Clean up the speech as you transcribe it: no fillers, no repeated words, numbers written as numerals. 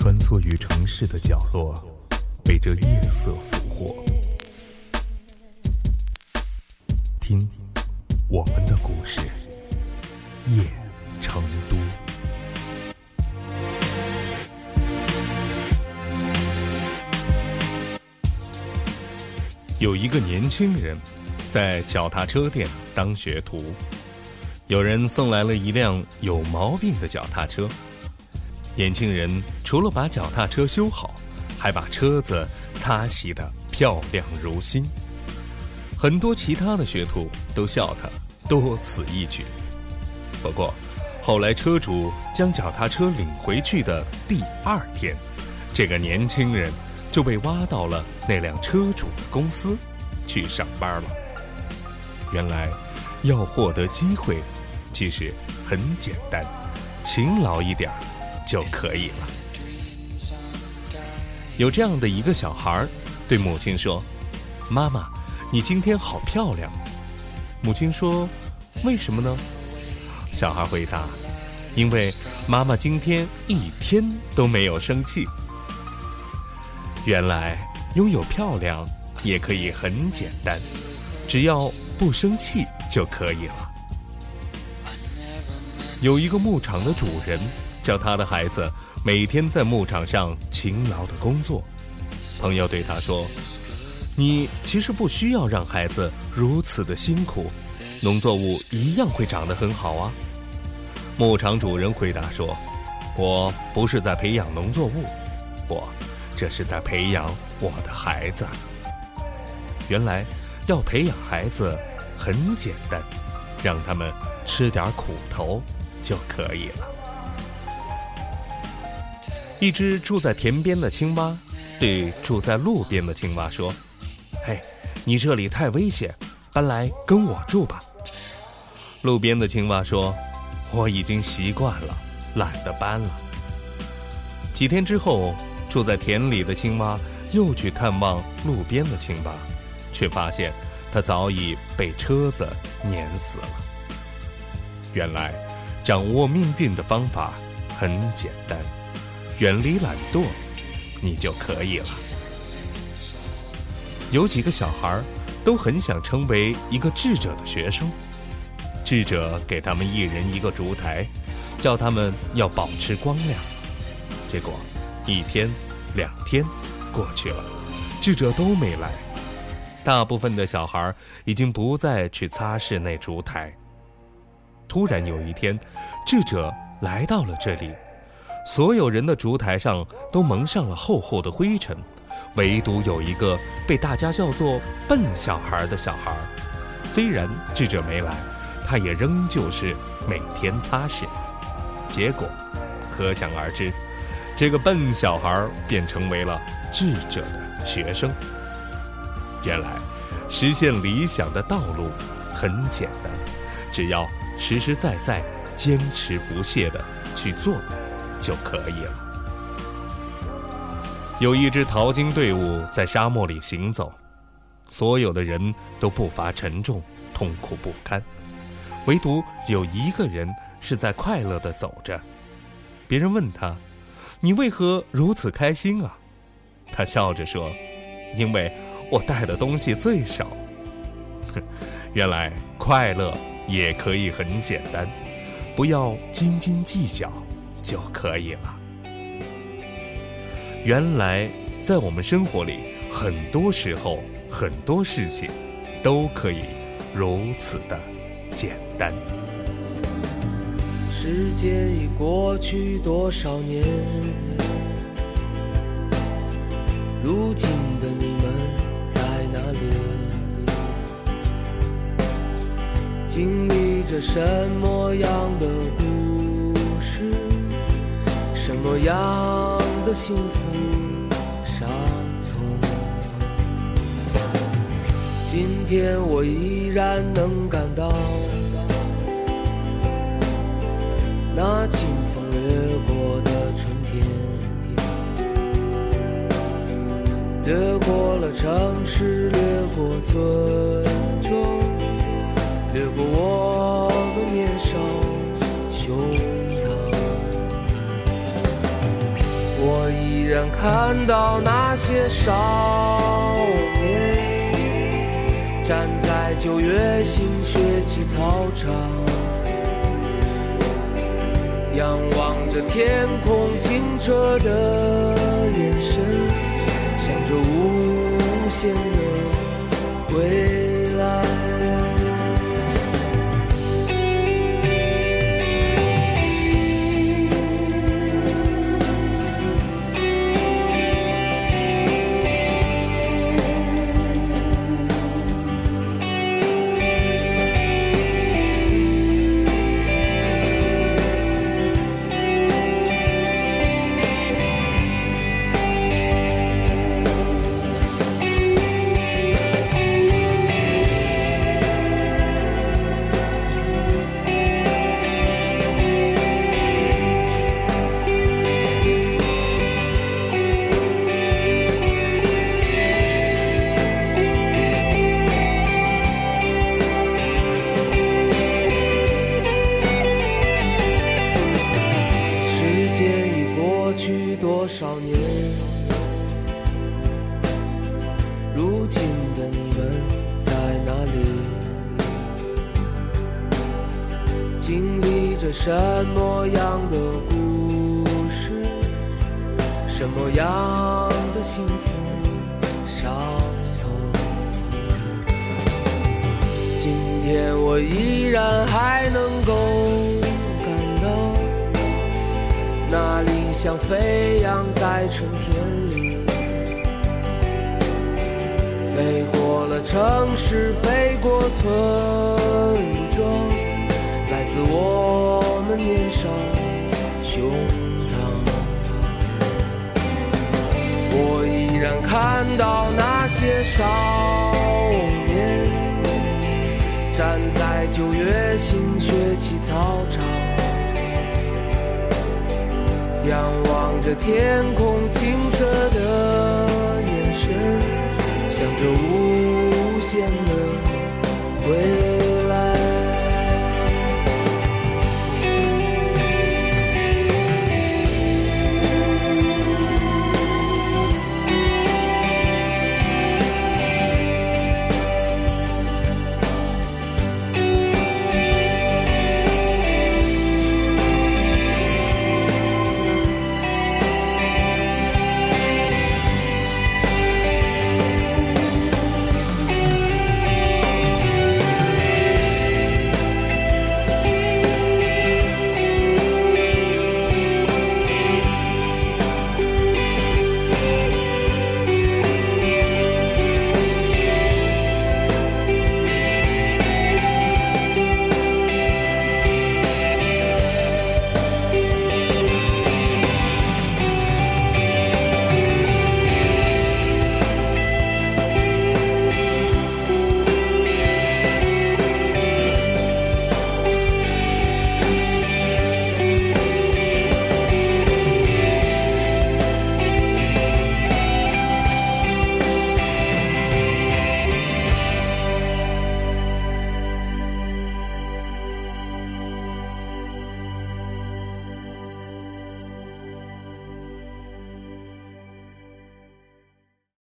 穿梭于城市的角落，被这夜色俘获。听我们的故事，夜成都。有一个年轻人在脚踏车店当学徒，有人送来了一辆有毛病的脚踏车。年轻人除了把脚踏车修好，还把车子擦洗得漂亮如新。很多其他的学徒都笑他多此一举。不过后来车主将脚踏车领回去的第二天，这个年轻人就被挖到了那辆车主的公司去上班了。原来要获得机会其实很简单，勤劳一点就可以了。有这样的一个小孩对母亲说：妈妈，你今天好漂亮。母亲说：为什么呢？小孩回答：因为妈妈今天一天都没有生气。原来拥有漂亮也可以很简单，只要不生气就可以了。有一个牧场的主人叫他的孩子每天在牧场上勤劳的工作。朋友对他说：你其实不需要让孩子如此的辛苦，农作物一样会长得很好啊。牧场主人回答说：我不是在培养农作物，我这是在培养我的孩子。原来要培养孩子很简单，让他们吃点苦头就可以了。一只住在田边的青蛙对住在路边的青蛙说：嘿，你这里太危险，搬来跟我住吧。路边的青蛙说：我已经习惯了，懒得搬了。几天之后，住在田里的青蛙又去探望路边的青蛙，却发现它早已被车子碾死了。原来掌握命运的方法很简单，远离懒惰，你就可以了。有几个小孩都很想成为一个智者的学生，智者给他们一人一个烛台，叫他们要保持光亮。结果1天2天过去了，智者都没来。大部分的小孩已经不再去擦拭那烛台。突然有一天，智者来到了这里，所有人的烛台上都蒙上了厚厚的灰尘，唯独有一个被大家叫做笨小孩的小孩。虽然智者没来，他也仍旧是每天擦拭。结果可想而知，这个笨小孩便成为了智者的学生。原来实现理想的道路很简单，只要实实在在坚持不懈地去做就可以了。有一支淘金队伍在沙漠里行走，所有的人都步伐沉重，痛苦不堪，唯独有一个人是在快乐地走着。别人问他：你为何如此开心啊？他笑着说：因为我带的东西最少。原来快乐也可以很简单，不要斤斤计较就可以了。原来在我们生活里，很多时候很多事情都可以如此的简单。 时间已过去多少年，如今的你们在哪里？经历着什么样的故事？什么样的幸福伤痛？今天我依然能感到那清风掠过的春天，掠过了城市，掠过尊重，掠过我们年少胸膛。我依然看到那些少年站在9月新学期操场，仰望着天空清澈的眼神，想着无限的未来。多少年，如今的你们在哪里？经历着什么样的故事？什么样的幸福伤痛？今天我依然还能够感到那理想飞扬在春天里，飞过了城市，飞过村庄，来自我们年少胸膛。我依然看到那些少年站在9月新学期操场，仰望着天空清澈的眼神，想着无限的未来。